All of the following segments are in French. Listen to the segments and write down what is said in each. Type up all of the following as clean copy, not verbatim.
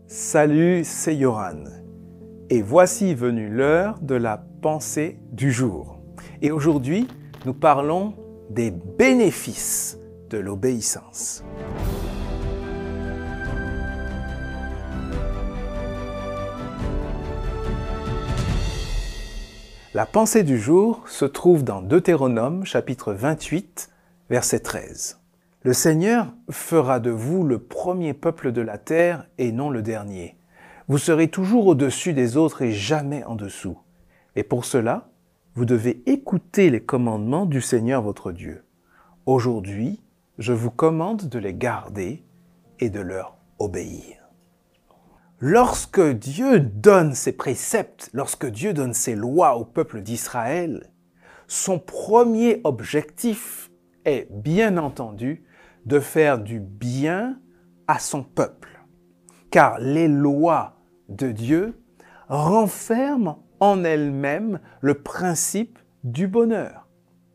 Salut, c'est Yoran. Et voici venue l'heure de la pensée du jour. Et aujourd'hui, nous parlons des bénéfices de l'obéissance. La pensée du jour se trouve dans Deutéronome, chapitre 28, verset 13. Le Seigneur fera de vous le premier peuple de la terre et non le dernier. Vous serez toujours au-dessus des autres et jamais en dessous. Et pour cela, vous devez écouter les commandements du Seigneur votre Dieu. Aujourd'hui, je vous commande de les garder et de leur obéir. Lorsque Dieu donne ses préceptes, lorsque Dieu donne ses lois au peuple d'Israël, son premier objectif est, bien entendu, de faire du bien à son peuple. Car les lois de Dieu renferment en elles-mêmes le principe du bonheur.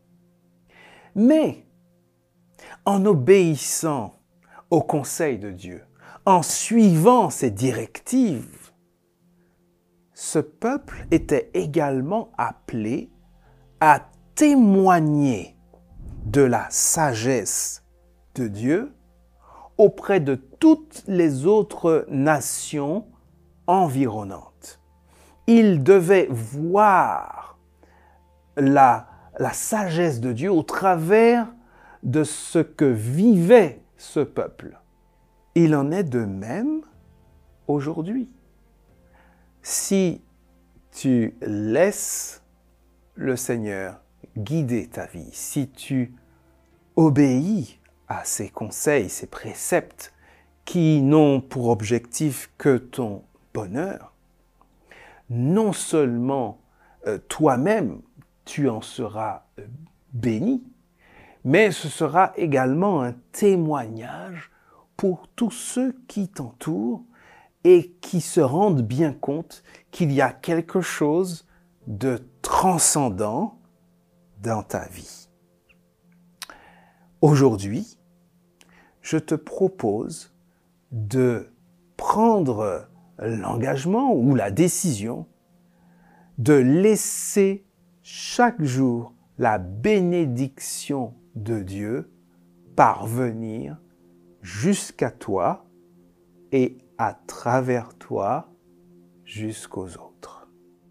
Mais en obéissant au conseil de Dieu, en suivant ses directives, ce peuple était également appelé à témoigner de la sagesse de Dieu auprès de toutes les autres nations environnantes. Il devait voir la sagesse de Dieu au travers de ce que vivait ce peuple. Il en est de même aujourd'hui. Si tu laisses le Seigneur guider ta vie, si tu obéis à ses conseils, ses préceptes qui n'ont pour objectif que ton bonheur, non seulement toi-même tu en seras béni, mais ce sera également un témoignage pour tous ceux qui t'entourent et qui se rendent bien compte qu'il y a quelque chose de transcendant dans ta vie. Aujourd'hui, je te propose de prendre l'engagement ou la décision de laisser chaque jour la bénédiction de Dieu parvenir jusqu'à toi et à travers toi jusqu'aux autres.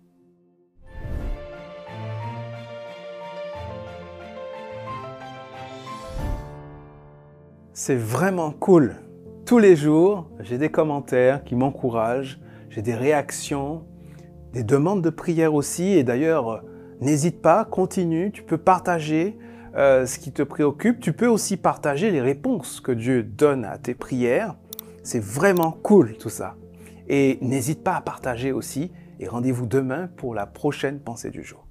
C'est vraiment cool. Tous les jours, j'ai des commentaires qui m'encouragent, j'ai des réactions, des demandes de prière aussi. Et d'ailleurs, n'hésite pas, continue, tu peux partager ce qui te préoccupe. Tu peux aussi partager les réponses que Dieu donne à tes prières. C'est vraiment cool tout ça. Et n'hésite pas à partager aussi. Et rendez-vous demain pour la prochaine pensée du jour.